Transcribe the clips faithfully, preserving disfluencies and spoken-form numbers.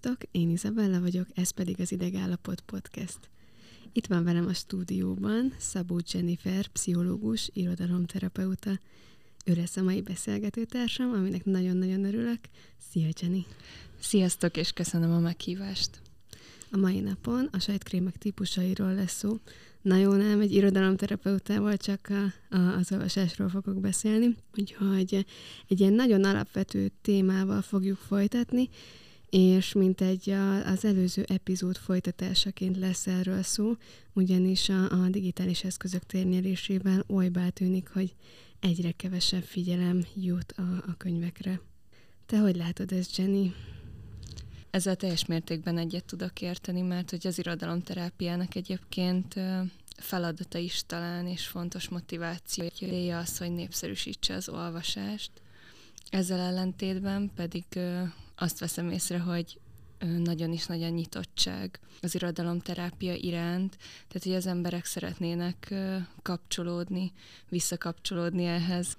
Sziasztok, én Izabella vagyok, ez pedig az Idegállapot Podcast. Itt van velem a stúdióban Szabó Jennifer, pszichológus, irodalomterapeuta. Ő lesz a mai beszélgetőtársam, aminek nagyon-nagyon örülök. Szia, Jenny! Sziasztok, és köszönöm a meghívást! A mai napon a sajtkrémek típusairól lesz szó. Na jó, nem, egy irodalomterapeutával csak a, a, az olvasásról fogok beszélni, úgyhogy egy ilyen nagyon alapvető témával fogjuk folytatni, és mint egy a, az előző epizód folytatásaként lesz erről szó, ugyanis a, a digitális eszközök térnyerésével olybá tűnik, hogy egyre kevesebb figyelem jut a, a könyvekre. Te hogy látod ezt, Jenny? Ezzel teljes mértékben egyet tudok érteni, mert hogy az irodalomterápiának egyébként feladata is talán, és fontos motivációja az, hogy népszerűsítse az olvasást. Ezzel ellentétben pedig azt veszem észre, hogy nagyon is nagy a nyitottság az irodalomterápia iránt, tehát hogy az emberek szeretnének kapcsolódni, visszakapcsolódni ehhez,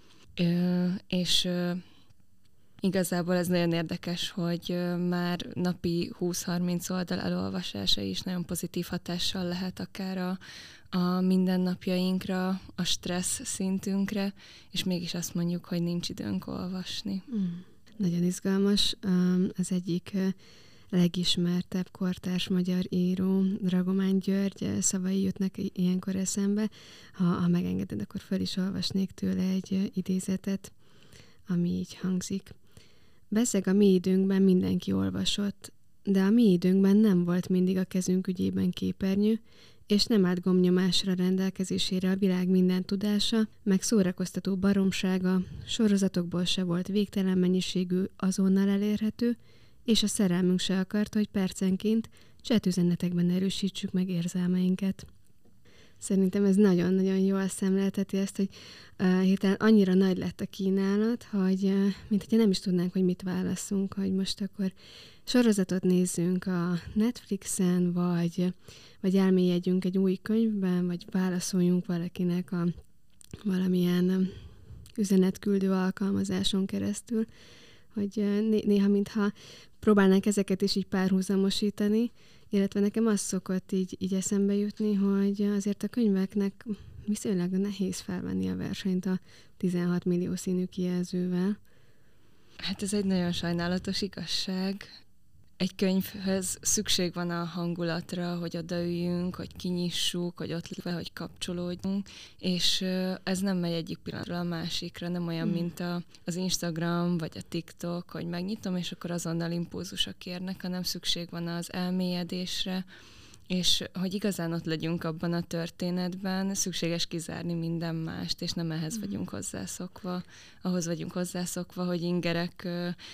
és igazából ez nagyon érdekes, hogy már napi húsz-harminc oldal elolvasása is nagyon pozitív hatással lehet akár a, a mindennapjainkra, a stressz szintünkre, és mégis azt mondjuk, hogy nincs időnk olvasni. Mm. Nagyon izgalmas. Az egyik legismertebb kortárs magyar író, Dragomán György szavai jutnak ilyenkor eszembe. Ha, ha megengeded, akkor föl is olvasnék tőle egy idézetet, ami így hangzik. Bezzeg a mi időnkben mindenki olvasott, de a mi időnkben nem volt mindig a kezünk ügyében képernyő, és nem állt gombnyomásra rendelkezésére a világ minden tudása, meg szórakoztató baromsága, sorozatokból se volt végtelen mennyiségű azonnal elérhető, és a szerelmünk se akarta, hogy percenként chatüzenetekben erősítsük meg érzelmeinket. Szerintem ez nagyon-nagyon jól szemlélteti ezt, hogy uh, hirtelen annyira nagy lett a kínálat, hogy uh, mint hogyha nem is tudnánk, hogy mit válasszunk, hogy most akkor sorozatot nézzünk a Netflixen, vagy, vagy elmélyedjünk egy új könyvben, vagy válaszoljunk valakinek a valamilyen um, üzenetküldő alkalmazáson keresztül, hogy uh, né- néha mintha próbálnánk ezeket is így párhuzamosítani, illetve nekem az szokott így, így eszembe jutni, hogy azért a könyveknek viszonylag nehéz felvenni a versenyt a tizenhat millió színű kijelzővel. Hát ez egy nagyon sajnálatos igazság. Egy könyvhöz szükség van a hangulatra, hogy odaüljünk, hogy kinyissuk, hogy ott léve, hogy kapcsolódjunk, és ez nem megy egyik pillanatról a másikra, nem olyan, hmm. mint a, az Instagram vagy a TikTok, hogy megnyitom, és akkor azonnal impulzusok érnek, hanem szükség van az elmélyedésre, és hogy igazán ott legyünk abban a történetben, szükséges kizárni minden mást, és nem ehhez hmm. vagyunk hozzászokva. Ahhoz vagyunk hozzászokva, hogy ingerek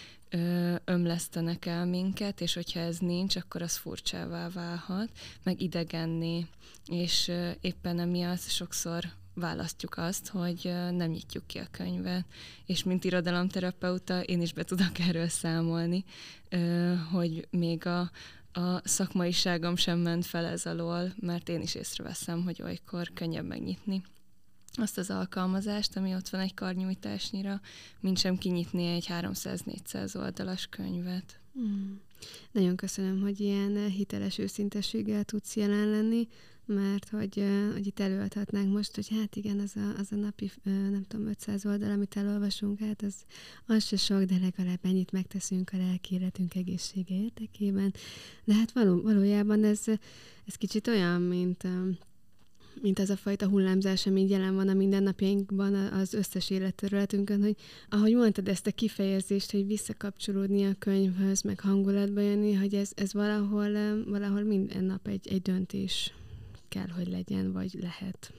ömlesztenek el minket, és hogyha ez nincs, akkor az furcsává válhat, meg idegenné, és éppen emiatt sokszor választjuk azt, hogy nem nyitjuk ki a könyvet. És mint irodalomterapeuta én is be tudok erről számolni, hogy még a, a szakmaiságom sem ment fel ez alól, mert én is észreveszem, hogy olykor könnyebb megnyitni azt az alkalmazást, ami ott van egy karnyújtásnyira, mint sem kinyitni egy háromszáz-négyszáz oldalas könyvet. Hmm. Nagyon köszönöm, hogy ilyen hiteles őszintességgel tudsz jelen lenni, mert hogy, hogy itt előadhatnánk most, hogy hát igen, az a, az a napi, nem tudom, ötszáz oldal, amit elolvasunk, hát az, az se sok, de legalább ennyit megteszünk a lelki életünk egészsége érdekében. De hát való, valójában ez, ez kicsit olyan, mint... mint az a fajta hullámzás, ami jelen van a mindennapjainkban, az összes életterületünkön, hogy ahogy mondtad ezt a kifejezést, hogy visszakapcsolódni a könyvhöz, meg hangulatba jönni, hogy ez, ez valahol, valahol minden nap egy, egy döntés kell, hogy legyen, vagy lehet.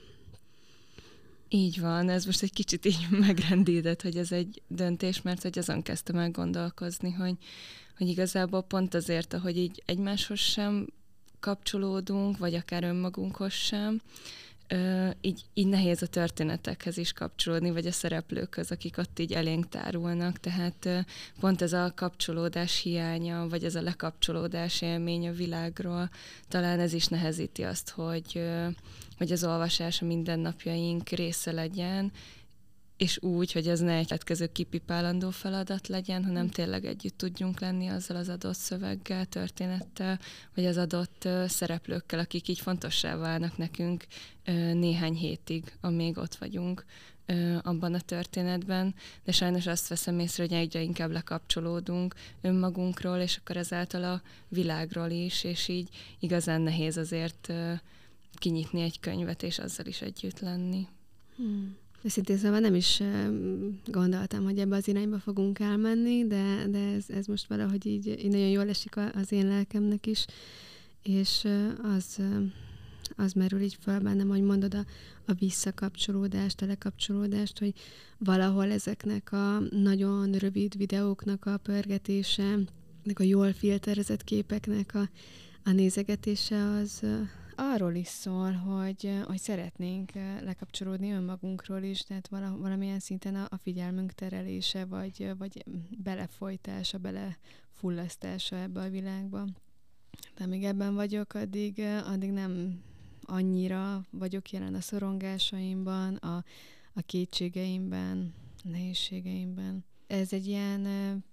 Így van, ez most egy kicsit így megrendített, hogy ez egy döntés, mert hogy azon kezdtem el gondolkozni, hogy, hogy igazából pont azért, ahogy így egymáshoz sem kapcsolódunk, vagy akár önmagunkhoz sem, Ö, így, így nehéz a történetekhez is kapcsolódni, vagy a szereplőkhöz, akik ott így elénk tárulnak, tehát ö, pont ez a kapcsolódás hiánya, vagy ez a lekapcsolódás élmény a világról, talán ez is nehezíti azt, hogy, ö, hogy az olvasás a mindennapjaink része legyen, és úgy, hogy ez ne egy következő kipipálandó feladat legyen, hanem tényleg együtt tudjunk lenni azzal az adott szöveggel, történettel, vagy az adott uh, szereplőkkel, akik így fontossá válnak nekünk uh, néhány hétig, amíg ott vagyunk uh, abban a történetben, de sajnos azt veszem észre, hogy egyre inkább lekapcsolódunk önmagunkról, és akkor ezáltal a világról is, és így igazán nehéz azért uh, kinyitni egy könyvet, és azzal is együtt lenni. Hmm. Őszintén szóval nem is gondoltam, hogy ebbe az irányba fogunk elmenni, de, de ez, ez most valahogy így, így nagyon jól esik az én lelkemnek is, és az, az merül így fel bennem, hogy mondod a, a visszakapcsolódást, a lekapcsolódást, hogy valahol ezeknek a nagyon rövid videóknak a pörgetése, a jól filterezett képeknek a, a nézegetése az arról is szól, hogy, hogy szeretnénk lekapcsolódni önmagunkról is, tehát vala, valamilyen szinten a, a figyelmünk terelése, vagy, vagy belefolytása, belefullasztása ebbe a világba. De amíg ebben vagyok, addig, addig nem annyira vagyok jelen a szorongásaimban, a, a kétségeimben, a nehézségeimben. Ez egy ilyen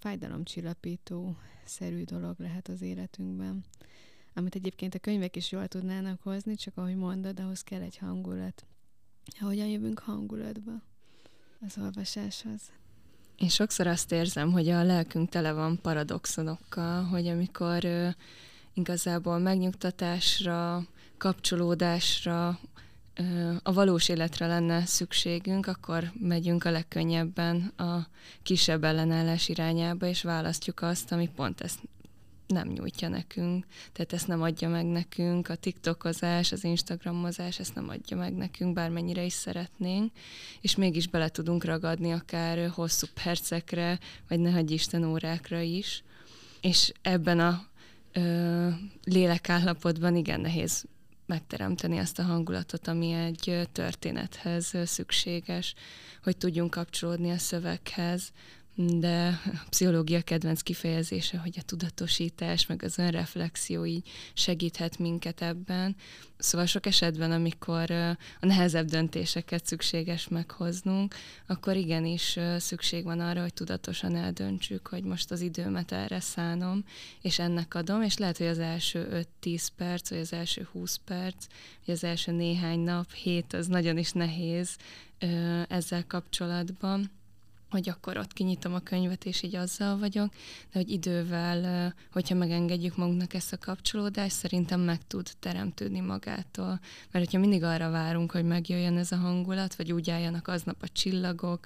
fájdalomcsillapító-szerű dolog lehet az életünkben, amit egyébként a könyvek is jól tudnának hozni, csak ahogy mondod, ahhoz kell egy hangulat. Hogyan jövünk hangulatba az olvasáshoz? Én sokszor azt érzem, hogy a lelkünk tele van paradoxonokkal, hogy amikor ö, igazából megnyugtatásra, kapcsolódásra, ö, a valós életre lenne szükségünk, akkor megyünk a legkönnyebben a kisebb ellenállás irányába, és választjuk azt, ami pont ezt nem nyújtja nekünk, tehát ezt nem adja meg nekünk, a tiktokozás, az instagramozás ezt nem adja meg nekünk, bármennyire is szeretnénk, és mégis bele tudunk ragadni akár hosszú percekre, vagy ne hagyj Isten órákra is, és ebben a ö, lélekállapotban igen nehéz megteremteni azt a hangulatot, ami egy történethez szükséges, hogy tudjunk kapcsolódni a szöveghez, de a pszichológia kedvenc kifejezése, hogy a tudatosítás, meg az önreflexió így segíthet minket ebben. Szóval sok esetben, amikor a nehezebb döntéseket szükséges meghoznunk, akkor igenis szükség van arra, hogy tudatosan eldöntsük, hogy most az időmet erre szánom, és ennek adom, és lehet, hogy az első öt-tíz perc, vagy az első húsz perc, vagy az első néhány nap, hét, az nagyon is nehéz ezzel kapcsolatban, hogy akkor ott kinyitom a könyvet, és így azzal vagyok, de hogy idővel, hogyha megengedjük magunknak ezt a kapcsolódást, szerintem meg tud teremtődni magától. Mert hogyha mindig arra várunk, hogy megjöjjön ez a hangulat, vagy úgy álljanak aznap a csillagok,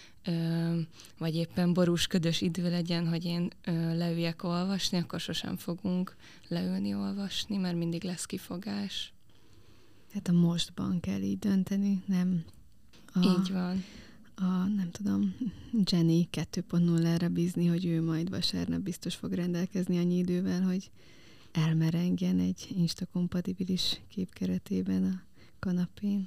vagy éppen borús, ködös idő legyen, hogy én leüljek olvasni, akkor sosem fogunk leülni olvasni, mert mindig lesz kifogás. Hát a mostban kell így dönteni, nem a... Így van. a, nem tudom, Jenny kettő pont nullára bízni, hogy ő majd vasárnap biztos fog rendelkezni annyi idővel, hogy elmerengjen egy Insta-kompatibilis kép keretében a kanapén.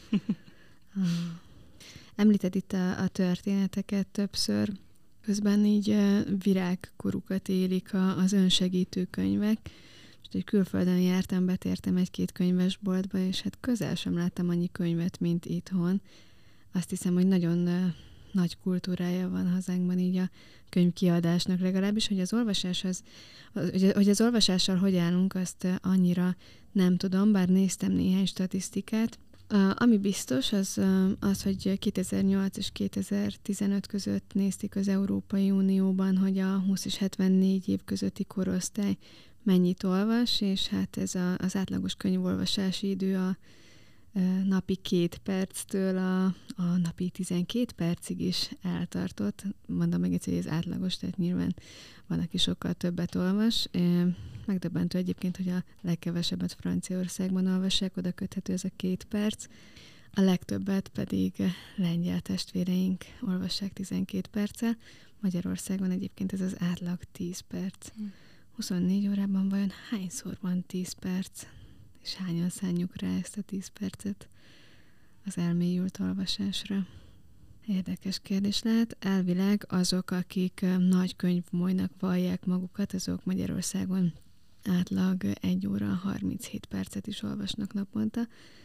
ah. Említed itt a, a történeteket többször, közben így uh, virágkorukat élik a, az önsegítő könyvek. Most egy külföldön jártam, betértem egy-két könyvesboltba, és hát közel sem láttam annyi könyvet, mint itthon. Azt hiszem, hogy nagyon uh, nagy kultúrája van hazánkban így a könyvkiadásnak, legalábbis, hogy az olvasáshoz, hogy, hogy az olvasással hogy állunk, azt uh, annyira nem tudom, bár néztem néhány statisztikát. Uh, ami biztos, az, uh, az, hogy kétezer-nyolc és kétezer-tizenöt között nézték az Európai Unióban, hogy a húsz és hetvennégy év közötti korosztály mennyit olvas, és hát ez a, az átlagos könyvolvasási idő a napi két perctől a, a napi tizenkét percig is eltartott. Mondom meg egyszer, hogy ez átlagos, tehát nyilván van, aki sokkal többet olvas. Megdöbbentő egyébként, hogy a legkevesebbet Franciaországban olvassák, oda köthető ez a két perc. A legtöbbet pedig lengyel testvéreink olvassák tizenkét perccel. Magyarországon egyébként ez az átlag tíz perc. huszonnégy órában vajon hányszor van tíz perc? És hányan szánjuk rá ezt a tíz percet az elmélyült olvasásra? Érdekes kérdés lehet. Elvileg azok, akik nagy könyvmolynak vallják magukat, azok Magyarországon átlag egy óra harminchét percet is olvasnak naponta.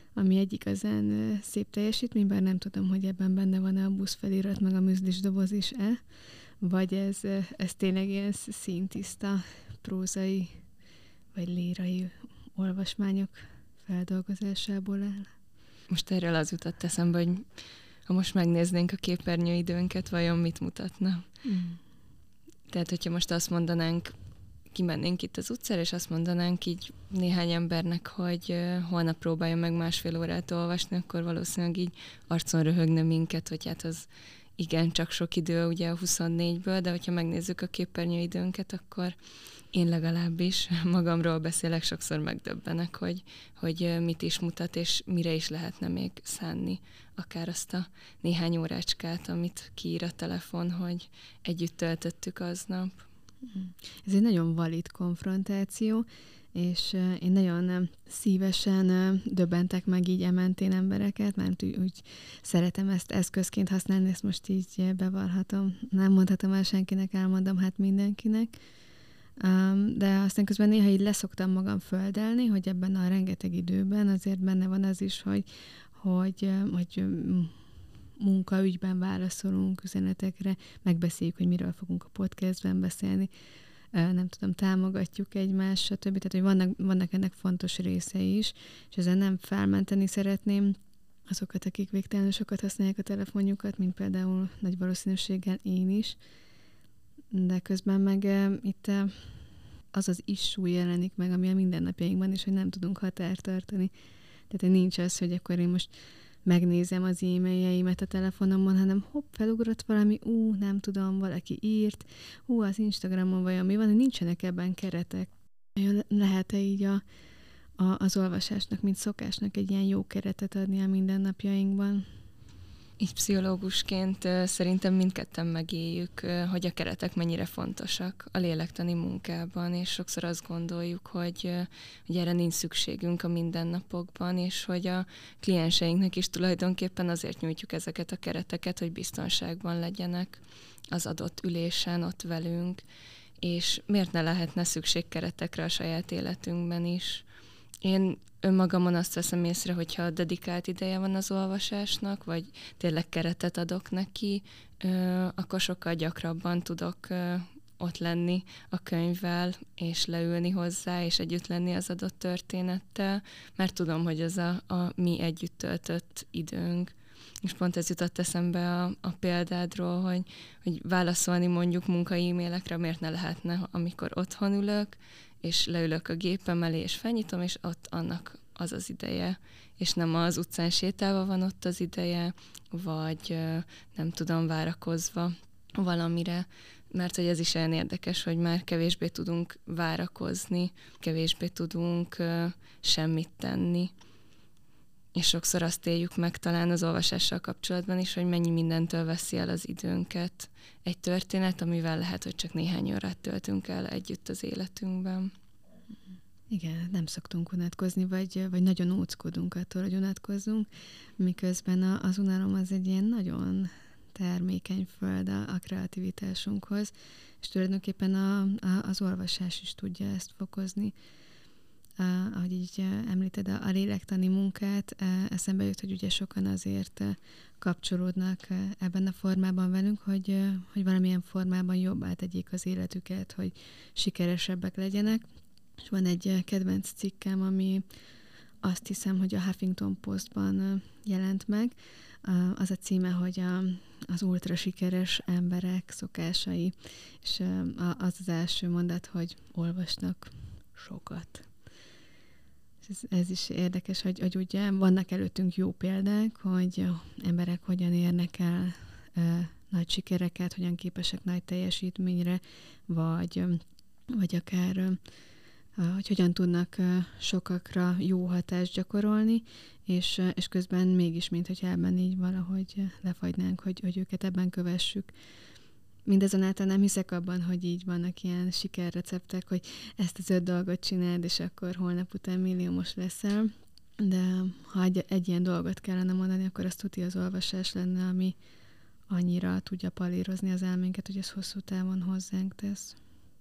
ami egy igazán szép teljesítmény, bár nem tudom, hogy ebben benne van-e a buszfelirat, meg a műzlis doboz is-e, vagy ez, ez tényleg ilyen színtiszta prózai, vagy lírai olvasmányok feldolgozásából áll. Most erről az jutott eszembe, hogy ha most megnéznénk a képernyőidőnket, vajon mit mutatna? Mm. Tehát, hogyha most azt mondanánk, kimennénk itt az utcára, és azt mondanánk így néhány embernek, hogy uh, holnap próbálja meg másfél órát olvasni, akkor valószínűleg így arcon röhögne minket, hogy hát az igen, csak sok idő ugye a huszonnégyből, de hogyha megnézzük a képernyőidőnket, akkor én legalábbis magamról beszélek, sokszor megdöbbenek, hogy, hogy mit is mutat, és mire is lehetne még szánni akár azt a néhány órácskát, amit kiír a telefon, hogy együtt töltöttük aznap. Ez egy nagyon valid konfrontáció, és én nagyon szívesen döbbentek meg így ementén embereket, mert úgy, úgy szeretem ezt eszközként használni, ezt most így bevallhatom. Nem mondhatom el senkinek, elmondom hát mindenkinek. De aztán közben néha így leszoktam magam földelni, hogy ebben a rengeteg időben azért benne van az is, hogy, hogy, hogy munkaügyben válaszolunk üzenetekre, megbeszéljük, hogy miről fogunk a podcastben beszélni, nem tudom, támogatjuk egymást, stb. Tehát, hogy vannak, vannak ennek fontos részei is, és ezzel nem felmenteni szeretném azokat, akik végtelenül sokat használják a telefonjukat, mint például nagy valószínűséggel én is, de közben meg e, itt e, az az issue jelenik meg, ami a mindennapjainkban is, hogy nem tudunk határt tartani. Tehát, hogy nincs az, hogy akkor én most megnézem az e-mailjeimet a telefonomon, hanem hopp, felugrott valami, ú, nem tudom, valaki írt, ú, az Instagramon vajon mi van, hogy nincsenek ebben keretek. Lehet-e így a, a, az olvasásnak, mint szokásnak egy ilyen jó keretet adni a mindennapjainkban? Így pszichológusként szerintem mindketten megéljük, hogy a keretek mennyire fontosak a lélektani munkában, és sokszor azt gondoljuk, hogy, hogy erre nincs szükségünk a mindennapokban, és hogy a klienseinknek is tulajdonképpen azért nyújtjuk ezeket a kereteket, hogy biztonságban legyenek az adott ülésen ott velünk, és miért ne lehetne szükség keretekre a saját életünkben is. Én önmagamon azt veszem észre, hogyha dedikált ideje van az olvasásnak, vagy tényleg keretet adok neki, akkor sokkal gyakrabban tudok ott lenni a könyvvel, és leülni hozzá, és együtt lenni az adott történettel, mert tudom, hogy ez a, a mi együtt töltött időnk. És pont ez jutott eszembe a, a példádról, hogy, hogy válaszolni mondjuk munka e-mailekre miért ne lehetne, amikor otthon ülök, és leülök a gépem elé, és felnyitom, és ott annak az az ideje, és nem az utcán sétálva van ott az ideje, vagy nem tudom, várakozva valamire, mert hogy ez is olyan érdekes, hogy már kevésbé tudunk várakozni, kevésbé tudunk semmit tenni. És sokszor azt éljük meg talán az olvasással kapcsolatban is, hogy mennyi mindentől veszi el az időnket egy történet, amivel lehet, hogy csak néhány órát töltünk el együtt az életünkben. Igen, nem szoktunk unatkozni, vagy, vagy nagyon óckodunk attól, hogy unatkozzunk, miközben az unalom az egy ilyen nagyon termékeny föld a, a kreativitásunkhoz, és tulajdonképpen a, a, az olvasás is tudja ezt fokozni. Uh, ahogy így uh, említed a, a lélektani munkát, uh, eszembe jut, hogy ugye sokan azért uh, kapcsolódnak uh, ebben a formában velünk, hogy, uh, hogy valamilyen formában jobbá tegyék az életüket, hogy sikeresebbek legyenek. És van egy uh, kedvenc cikkem, ami azt hiszem, hogy a Huffington Postban uh, jelent meg. Uh, az a címe, hogy a, az ultra sikeres emberek szokásai, és uh, az az első mondat, hogy olvasnak sokat. Ez, ez is érdekes, hogy, hogy ugye vannak előttünk jó példák, hogy emberek hogyan érnek el e, nagy sikereket, hogyan képesek nagy teljesítményre, vagy, vagy akár e, hogy hogyan tudnak e, sokakra jó hatást gyakorolni, és, e, és közben mégis, mintha ebben így valahogy lefagynánk, hogy, hogy őket ebben kövessük. Mindazonáltal nem hiszek abban, hogy így vannak ilyen sikerreceptek, hogy ezt az öt dolgot csináld, és akkor holnap után milliómos leszel. De ha egy, egy ilyen dolgot kellene mondani, akkor azt tuti az olvasás lenne, ami annyira tudja palírozni az elménket, hogy ez hosszú távon hozzánk tesz.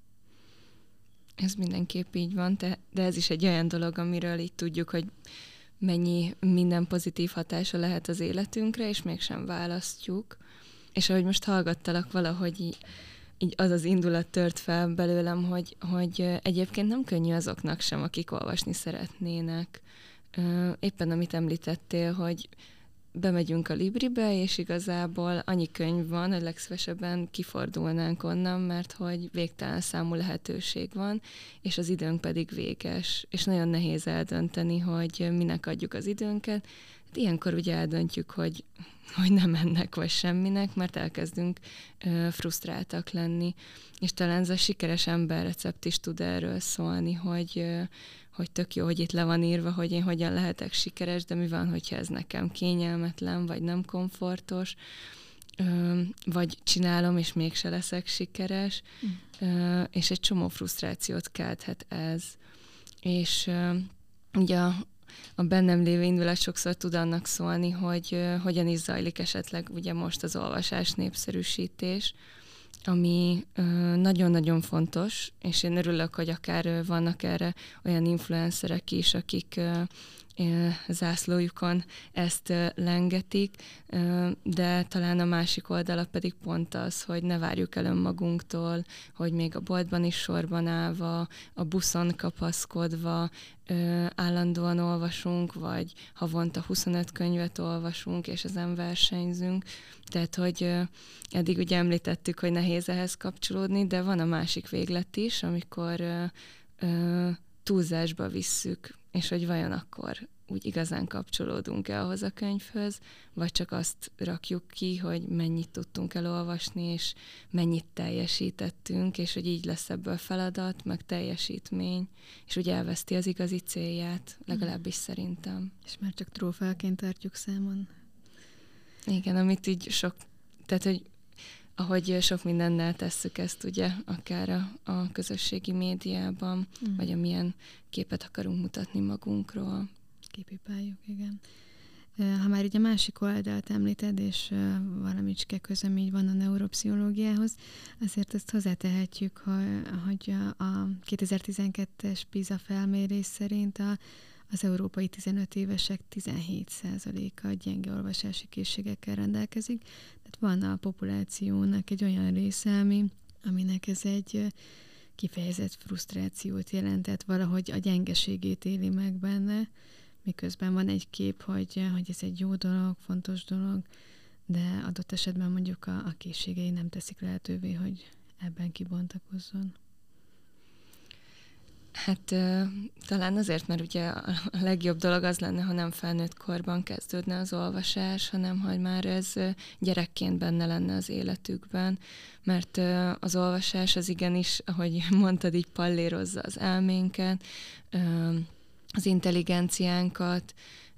Ez mindenképp így van, de, de ez is egy olyan dolog, amiről így tudjuk, hogy mennyi minden pozitív hatása lehet az életünkre, és mégsem választjuk. És ahogy most hallgattalak, valahogy így, így az az indulat tört fel belőlem, hogy, hogy egyébként nem könnyű azoknak sem, akik olvasni szeretnének. Éppen amit említettél, hogy bemegyünk a Libribe, és igazából annyi könyv van, hogy legszívesebben kifordulnánk onnan, mert hogy végtelen számú lehetőség van, és az időnk pedig véges, és nagyon nehéz eldönteni, hogy minek adjuk az időnket. Hát ilyenkor ugye eldöntjük, hogy, hogy nem ennek vagy semminek, mert elkezdünk ö, frusztráltak lenni. És talán ez a sikeres ember recept is tud erről szólni, hogy ö, hogy tök jó, hogy itt le van írva, hogy én hogyan lehetek sikeres, de mi van, hogyha ez nekem kényelmetlen, vagy nem komfortos, vagy csinálom, és mégse leszek sikeres, mm. és egy csomó frusztrációt kelthet ez. És ugye a, a bennem lévő indulat sokszor tud annak szólni, hogy hogyan is zajlik esetleg ugye most az olvasás népszerűsítés, ami ö, nagyon-nagyon fontos, és én örülök, hogy akár ö, vannak erre olyan influencerek is, akik ö, ö, zászlójukon ezt ö, lengetik, ö, de talán a másik oldala pedig pont az, hogy ne várjuk el önmagunktól, hogy még a boltban is sorban állva, a buszon kapaszkodva, ö, állandóan olvasunk, vagy havonta huszonöt könyvet olvasunk, és ezen versenyzünk. Tehát, hogy ö, eddig ugye említettük, hogy nehéz ehhez kapcsolódni, de van a másik véglet is, amikor ö, ö, túlzásba visszük, és hogy vajon akkor úgy igazán kapcsolódunk-e ahhoz a könyvhöz, vagy csak azt rakjuk ki, hogy mennyit tudtunk elolvasni, és mennyit teljesítettünk, és hogy így lesz ebből feladat, meg teljesítmény, és ugye elveszti az igazi célját, legalábbis szerintem. És már csak trófeaként tartjuk számon. Igen, amit így sok, tehát, hogy ahogy sok mindennel tesszük ezt, ugye, akár a, a közösségi médiában, mm. vagy amilyen képet akarunk mutatni magunkról. Képipáljuk, igen. Ha már így a másik oldalt említed, és valamicske közöm így van a neuropszichológiához, azért ezt hozzátehetjük, hogy a kétezer-tizenkettes PISA felmérés szerint a, az európai tizenöt évesek tizenhét százaléka gyenge olvasási készségekkel rendelkezik. Tehát van a populációnak egy olyan része, ami, aminek ez egy kifejezett frusztrációt jelentett, valahogy a gyengeségét éli meg benne, miközben van egy kép, hogy, hogy ez egy jó dolog, fontos dolog, de adott esetben mondjuk a, a készségei nem teszik lehetővé, hogy ebben kibontakozzon. Hát talán azért, mert ugye a legjobb dolog az lenne, ha nem felnőtt korban kezdődne az olvasás, hanem hogy már ez gyerekként benne lenne az életükben, mert az olvasás az igenis, ahogy mondtad, így pallérozza az elménket, az intelligenciánkat,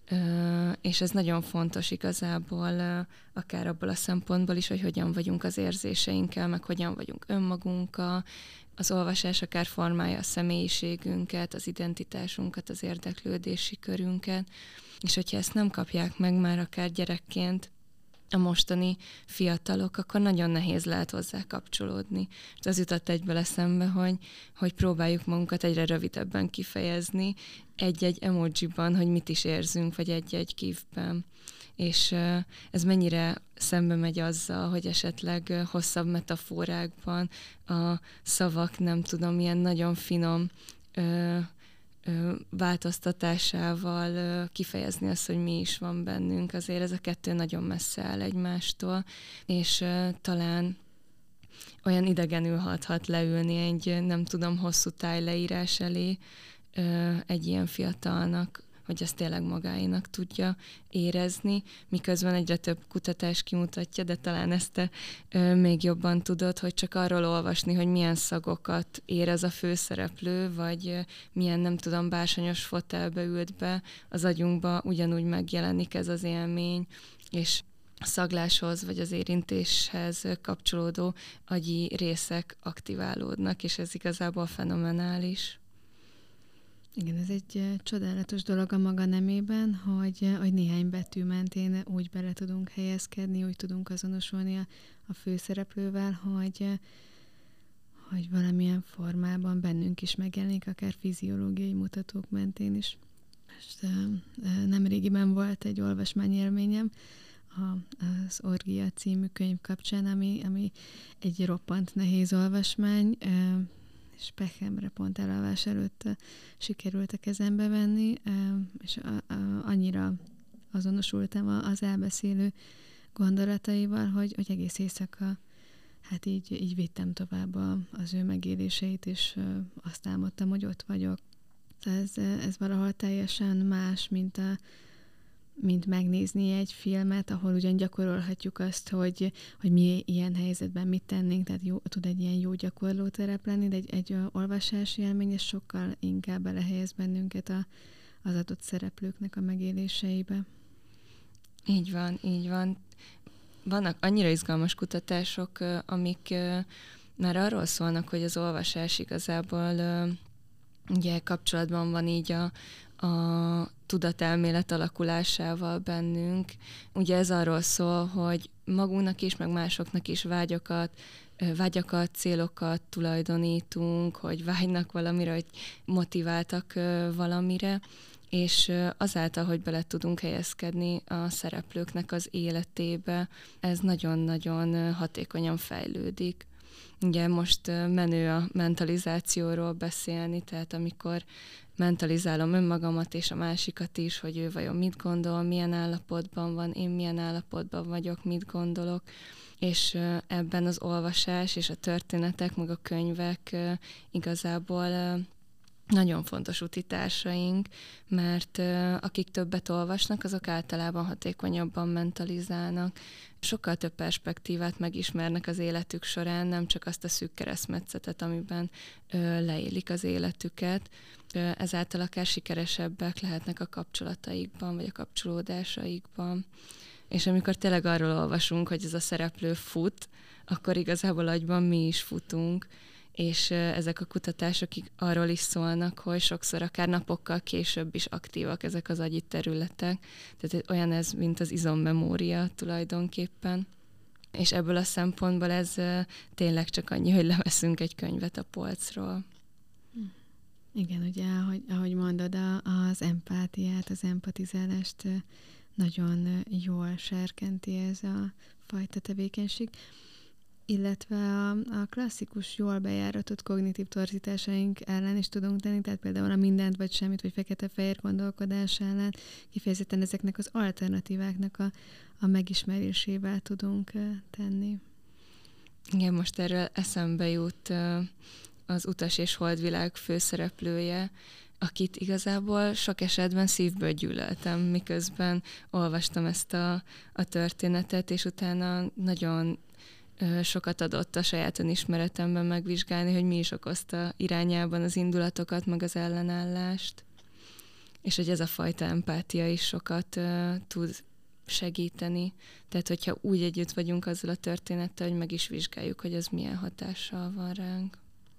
és ez nagyon fontos igazából, akár abból a szempontból is, hogy hogyan vagyunk az érzéseinkkel, meg hogyan vagyunk önmagunkkal. Az olvasás akár formálja a személyiségünket, az identitásunkat, az érdeklődési körünket, és hogyha ezt nem kapják meg már akár gyerekként a mostani fiatalok, akkor nagyon nehéz lehet hozzá kapcsolódni. És az jutott egyből eszembe, hogy, hogy próbáljuk magunkat egyre rövidebben kifejezni egy-egy emojiban, hogy mit is érzünk, vagy egy-egy gifben. És ez mennyire szembe megy azzal, hogy esetleg hosszabb metaforákban a szavak, nem tudom, ilyen nagyon finom ö, ö, változtatásával ö, kifejezni azt, hogy mi is van bennünk. Azért ez a kettő nagyon messze áll egymástól, és ö, talán olyan idegenül hathat leülni egy, nem tudom, hosszú tájleírás elé ö, egy ilyen fiatalnak, hogy ezt tényleg magáénak tudja érezni, miközben egyre több kutatás kimutatja, de talán ezt te ö, még jobban tudod, hogy csak arról olvasni, hogy milyen szagokat érez a főszereplő, vagy ö, milyen, nem tudom, bársonyos fotelbe ült be az agyunkba, ugyanúgy megjelenik ez az élmény, és a szagláshoz, vagy az érintéshez kapcsolódó agyi részek aktiválódnak, és ez igazából fenomenális. Igen, ez egy csodálatos dolog a maga nemében, hogy, hogy néhány betű mentén úgy bele tudunk helyezkedni, úgy tudunk azonosulni a, a főszereplővel, hogy, hogy valamilyen formában bennünk is megjelenik, akár fiziológiai mutatók mentén is. most nemrégiben volt egy olvasmányélményem az Orgia című könyv kapcsán, ami, ami egy roppant nehéz olvasmány, és pehemre pont elalvás előtt sikerült a kezembe venni, és a, a, annyira azonosultam az elbeszélő gondolataival, hogy, hogy egész éjszaka hát így, így vittem tovább a, az ő megéléseit, és azt álmodtam, hogy ott vagyok. Ez, ez valahol teljesen más, mint, a, mint megnézni egy filmet, ahol ugyan gyakorolhatjuk azt, hogy, hogy mi ilyen helyzetben mit tennénk, tehát jó, tud egy ilyen jó gyakorló terep lenni, de egy, egy olvasási élmény, és sokkal inkább belehelyez bennünket a, az adott szereplőknek a megéléseibe. Így van, így van. Vannak annyira izgalmas kutatások, amik már arról szólnak, hogy az olvasás igazából ugye kapcsolatban van így a, a tudatelmélet alakulásával bennünk. Ugye ez arról szól, hogy magunknak is, meg másoknak is vágyakat, vágyakat, célokat tulajdonítunk, hogy vágynak valamire, hogy motiváltak valamire, és azáltal, hogy bele tudunk helyezkedni a szereplőknek az életébe, ez nagyon-nagyon hatékonyan fejlődik. Ugye most menő a mentalizációról beszélni, tehát amikor mentalizálom önmagamat és a másikat is, hogy ő vajon mit gondol, milyen állapotban van, én milyen állapotban vagyok, mit gondolok, és ebben az olvasás és a történetek, meg a könyvek igazából nagyon fontos utitársaink, mert uh, akik többet olvasnak, azok általában hatékonyabban mentalizálnak. Sokkal több perspektívát megismernek az életük során, nem csak azt a szűk keresztmetszetet, amiben uh, leélik az életüket. Uh, ezáltal akár sikeresebbek lehetnek a kapcsolataikban, vagy a kapcsolódásaikban. És amikor tényleg arról olvasunk, hogy ez a szereplő fut, akkor igazából agyban mi is futunk, és ezek a kutatások arról is szólnak, hogy sokszor akár napokkal később is aktívak ezek az agyi területek. Tehát olyan ez, mint az izommemória tulajdonképpen. És ebből a szempontból ez tényleg csak annyi, hogy leveszünk egy könyvet a polcról. Igen, ugye, ahogy, ahogy mondod, az empátiát, az empatizálást nagyon jól serkenti ez a fajta tevékenység, illetve a, a klasszikus, jól bejáratott kognitív torzításaink ellen is tudunk tenni, tehát például a mindent vagy semmit, vagy fekete-fehér gondolkodás ellen, kifejezetten ezeknek az alternatíváknak a, a megismerésével tudunk tenni. Igen, most erről eszembe jut az Utas és Holdvilág főszereplője, akit igazából sok esetben szívből gyűlöltem, miközben olvastam ezt a, a történetet, és utána nagyon sokat adott a saját önismeretemben megvizsgálni, hogy mi is okozta irányában az indulatokat, meg az ellenállást. És hogy ez a fajta empátia is sokat uh, tud segíteni. Tehát, hogyha úgy együtt vagyunk azzal a történettel, hogy meg is vizsgáljuk, hogy ez milyen hatással van ránk.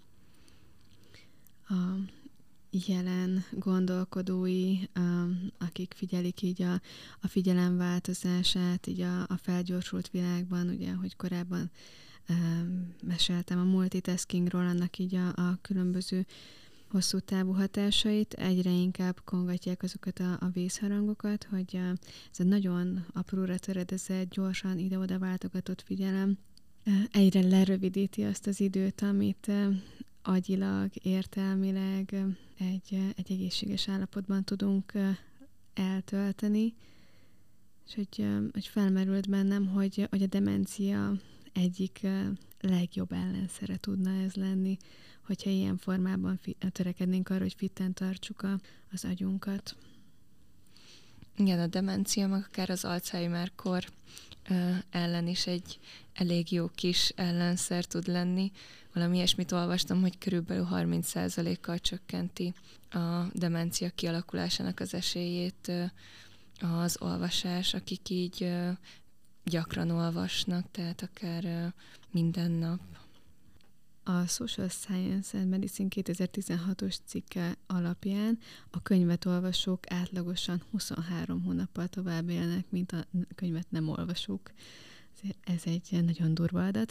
A jelen gondolkodói, akik figyelik így a, a figyelem változását, így a, a felgyorsult világban, ugye, hogy korábban um, meséltem a multitaskingról, annak így a, a különböző hosszú távú hatásait, egyre inkább kongatják azokat a, a vészharangokat, hogy a, ez a nagyon apróra töredezett, gyorsan ide-oda váltogatott figyelem egyre lerövidíti azt az időt, amit agyilag, értelmileg egy, egy egészséges állapotban tudunk eltölteni, és hogy, hogy felmerült bennem, hogy, hogy a demencia egyik legjobb ellenszere tudna ez lenni, hogyha ilyen formában fi, törekednénk arra, hogy fitten tartsuk a, az agyunkat. Igen, a demencia, meg akár az Alzheimer-kor ellen is egy elég jó kis ellenszer tud lenni. Valami ilyesmit olvastam, hogy körülbelül harminc százalékkal csökkenti a demencia kialakulásának az esélyét az olvasás, akik így gyakran olvasnak, tehát akár minden nap. A Social Science and Medicine kétezer-tizenhatos cikke alapján a könyvet olvasók átlagosan huszonhárom hónappal tovább élnek, mint a könyvet nem olvasók. Ez egy nagyon durva adat.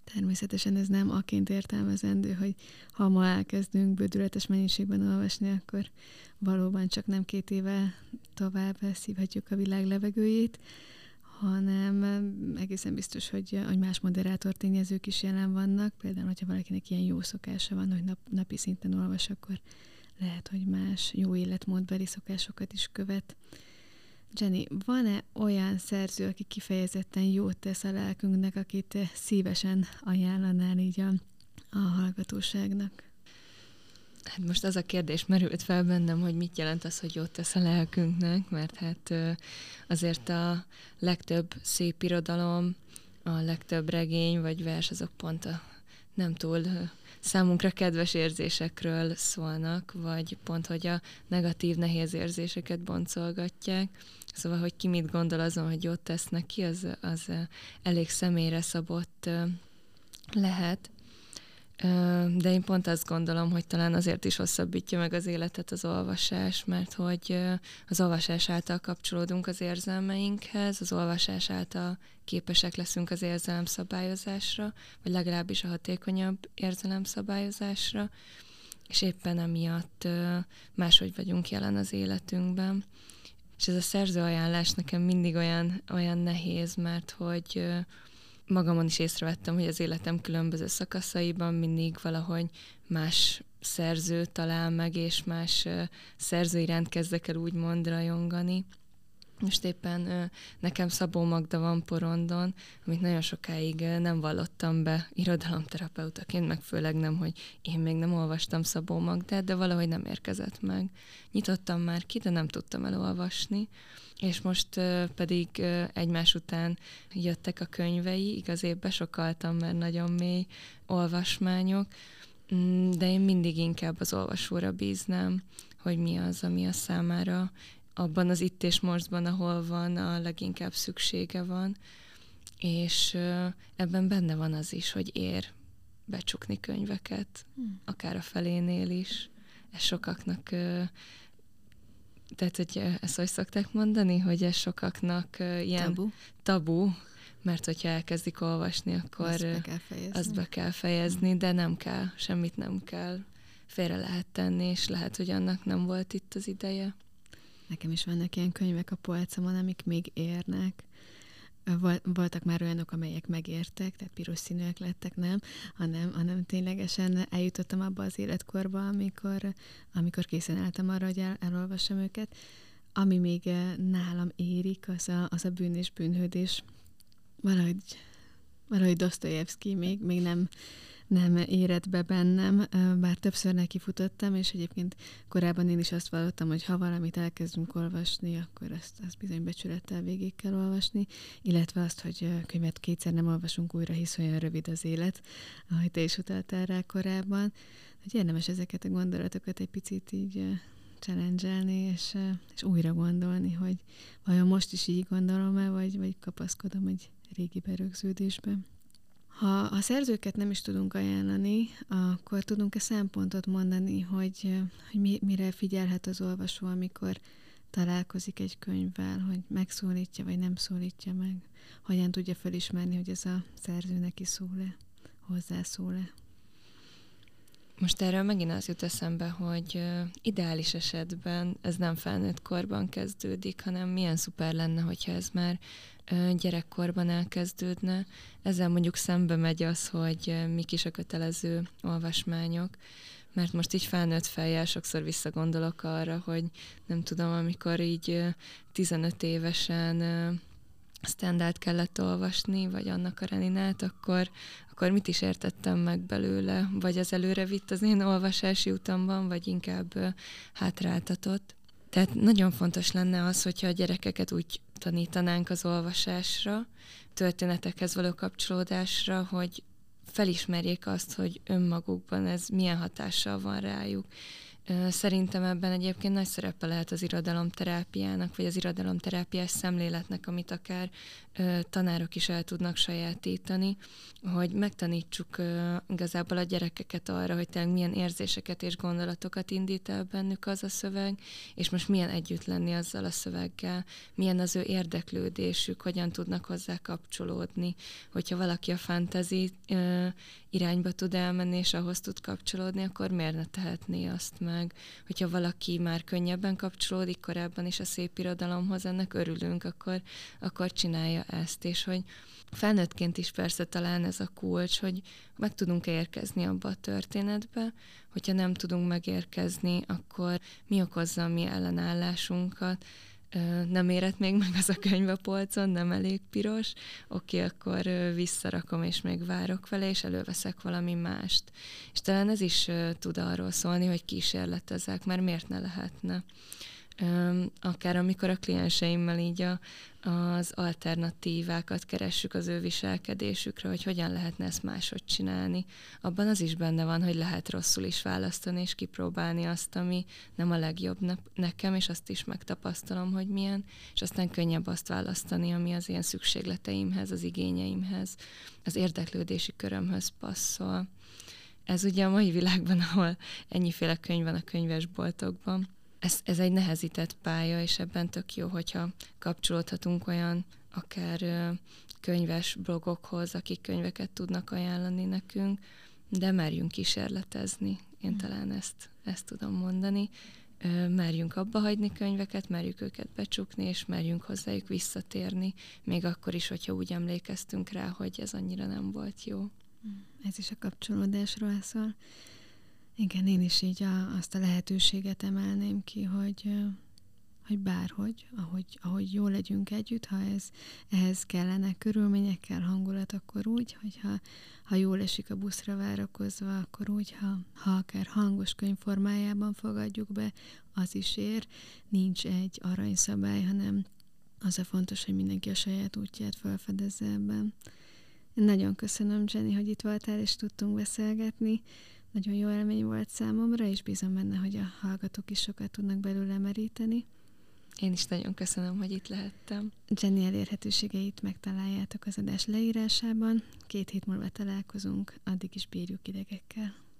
Természetesen ez nem aként értelmezendő, hogy ha ma elkezdünk bődületes mennyiségben olvasni, akkor valóban csak nem két éve tovább szívhatjuk a világ levegőjét, hanem egészen biztos, hogy, hogy más moderátor tényezők is jelen vannak. Például, hogyha valakinek ilyen jó szokása van, hogy nap, napi szinten olvas, akkor lehet, hogy más jó életmódbeli szokásokat is követ. Jenny, van-e olyan szerző, aki kifejezetten jót tesz a lelkünknek, akit szívesen ajánlanál így a, a hallgatóságnak? Hát most az a kérdés merült fel bennem, hogy mit jelent az, hogy jót tesz a lelkünknek, mert hát azért a legtöbb szép irodalom, a legtöbb regény vagy vers, azok pont a nem túl számunkra kedves érzésekről szólnak, vagy pont, hogy a negatív, nehéz érzéseket boncolgatják. Szóval, hogy ki mit gondol azon, hogy jót tesz neki, az, az elég személyre szabott lehet. De én pont azt gondolom, hogy talán azért is hosszabbítja meg az életet az olvasás, mert hogy az olvasás által kapcsolódunk az érzelmeinkhez, az olvasás által képesek leszünk az érzelemszabályozásra, vagy legalábbis a hatékonyabb érzelemszabályozásra, és éppen emiatt máshogy vagyunk jelen az életünkben. És ez a szerzőajánlás nekem mindig olyan, olyan nehéz, mert hogy magamon is észrevettem, hogy az életem különböző szakaszaiban mindig valahogy más szerző talál meg, és más szerző iránt kezdek el úgymond rajongani. Most éppen nekem Szabó Magda van porondon, amit nagyon sokáig nem vallottam be irodalomterapeutaként, meg főleg nem, hogy én még nem olvastam Szabó Magdát, de valahogy nem érkezett meg. Nyitottam már ki, de nem tudtam elolvasni, és most pedig egymás után jöttek a könyvei, igaz épp besokaltam, mert nagyon mély olvasmányok, de én mindig inkább az olvasóra bíznám, hogy mi az, ami a számára abban az itt és mostban, ahol van, a leginkább szüksége van, és ebben benne van az is, hogy ér becsukni könyveket, hmm. akár a felénél is. Ez sokaknak, tehát hogy ezt hogy szokták mondani, hogy ez sokaknak ilyen tabu, tabu mert hogyha elkezdik olvasni, akkor azt be kell fejezni, azt be kell fejezni de nem kell, semmit nem kell. Félre lehet tenni, és lehet, hogy annak nem volt itt az ideje. Nekem is vannak ilyen könyvek a polcomon, amik még érnek. Voltak már olyanok, amelyek megértek, tehát piros színűek lettek, nem, hanem, hanem ténylegesen eljutottam abba az életkorba, amikor, amikor készen álltam arra, hogy el, elolvassam őket. Ami még nálam érik, az a, az a bűn és bűnhődés. Valahogy, valahogy Dosztojevszky még, még nem, nem érett be bennem, bár többször nekifutottam, és egyébként korábban én is azt vallottam, hogy ha valamit elkezdünk olvasni, akkor azt, azt bizony becsülettel végig kell olvasni, illetve azt, hogy könyvet kétszer nem olvasunk újra, hisz olyan rövid az élet, ahogy te is utaltál rá korábban. Hogy érdemes ezeket a gondolatokat egy picit így challenge-elni, és, és újra gondolni, hogy vajon most is így gondolom-e, vagy, vagy kapaszkodom egy régi berögződésbe. Ha a szerzőket nem is tudunk ajánlani, akkor tudunk-e szempontot mondani, hogy, hogy mi, mire figyelhet az olvasó, amikor találkozik egy könyvvel, hogy megszólítja, vagy nem szólítja meg? Hogyan tudja felismerni, hogy ez a szerző neki szól-e, hozzászól-e? Most erről megint az jut eszembe, hogy ideális esetben ez nem felnőtt korban kezdődik, hanem milyen szuper lenne, hogyha ez már gyerekkorban elkezdődne. Ezzel mondjuk szembe megy az, hogy mik is a kötelező olvasmányok, mert most így felnőtt fejjel sokszor visszagondolok arra, hogy nem tudom, amikor így tizenöt évesen Stendhalt kellett olvasni, vagy Anna Kareninát, akkor, akkor mit is értettem meg belőle, vagy az előre vitt az én olvasási utamban, vagy inkább hátráltatott. Tehát nagyon fontos lenne az, hogyha a gyerekeket úgy tanítanánk az olvasásra, történetekhez való kapcsolódásra, hogy felismerjék azt, hogy önmagukban ez milyen hatással van rájuk. Szerintem ebben egyébként nagy szerepe lehet az irodalomterápiának, vagy az irodalomterápiás szemléletnek, amit akár tanárok is el tudnak sajátítani, hogy megtanítsuk igazából a gyerekeket arra, hogy tényleg milyen érzéseket és gondolatokat indít el bennük az a szöveg, és most milyen együtt lenni azzal a szöveggel, milyen az ő érdeklődésük, hogyan tudnak hozzá kapcsolódni. Hogyha valaki a fantasy irányba tud elmenni, és ahhoz tud kapcsolódni, akkor miért ne tehetné azt meg? Hogyha valaki már könnyebben kapcsolódik korábban is a szép irodalomhoz, ennek örülünk, akkor, akkor csinálja ezt, és hogy felnőttként is persze talán ez a kulcs, hogy meg tudunk érkezni abba a történetbe, hogyha nem tudunk megérkezni, akkor mi okozza a mi ellenállásunkat, nem érett még meg az a könyv a polcon, nem elég piros, oké, akkor visszarakom, és még várok vele, és előveszek valami mást. És talán ez is tud arról szólni, hogy kísérletezek, mert miért ne lehetne. Akár amikor a klienseimmel így a, az alternatívákat keressük az ő viselkedésükre, hogy hogyan lehetne ezt máshogy csinálni. Abban az is benne van, hogy lehet rosszul is választani, és kipróbálni azt, ami nem a legjobb nekem, és azt is megtapasztalom, hogy milyen, és aztán könnyebb azt választani, ami az én szükségleteimhez, az igényeimhez, az érdeklődési körömhöz passzol. Ez ugye a mai világban, ahol ennyiféle könyv van a könyvesboltokban, Ez, ez egy nehezített pálya, és ebben tök jó, hogyha kapcsolódhatunk olyan akár ö, könyves blogokhoz, akik könyveket tudnak ajánlani nekünk, de merjünk kísérletezni. Én talán ezt, ezt tudom mondani. Ö, merjünk abba hagyni könyveket, merjük őket becsukni, és merjünk hozzájuk visszatérni, még akkor is, hogyha úgy emlékeztünk rá, hogy ez annyira nem volt jó. Ez is a kapcsolódásról szól. Igen, én is így a, azt a lehetőséget emelném ki, hogy, hogy bárhogy, ahogy, ahogy jól legyünk együtt, ha ez, ehhez kellene körülményekkel, hangulat, akkor úgy, hogyha ha jól esik a buszra várakozva, akkor úgy, ha, ha akár hangos könyv formájában fogadjuk be, az is ér. Nincs egy aranyszabály, hanem az a fontos, hogy mindenki a saját útját felfedezze ebben. Én nagyon köszönöm, Jenny, hogy itt voltál, és tudtunk beszélgetni. Nagyon jó élmény volt számomra, és bízom benne, hogy a hallgatók is sokat tudnak belőle meríteni. Én is nagyon köszönöm, hogy itt lehettem. Jenny elérhetőségeit megtaláljátok az adás leírásában. Két hét múlva találkozunk, addig is bírjuk idegekkel.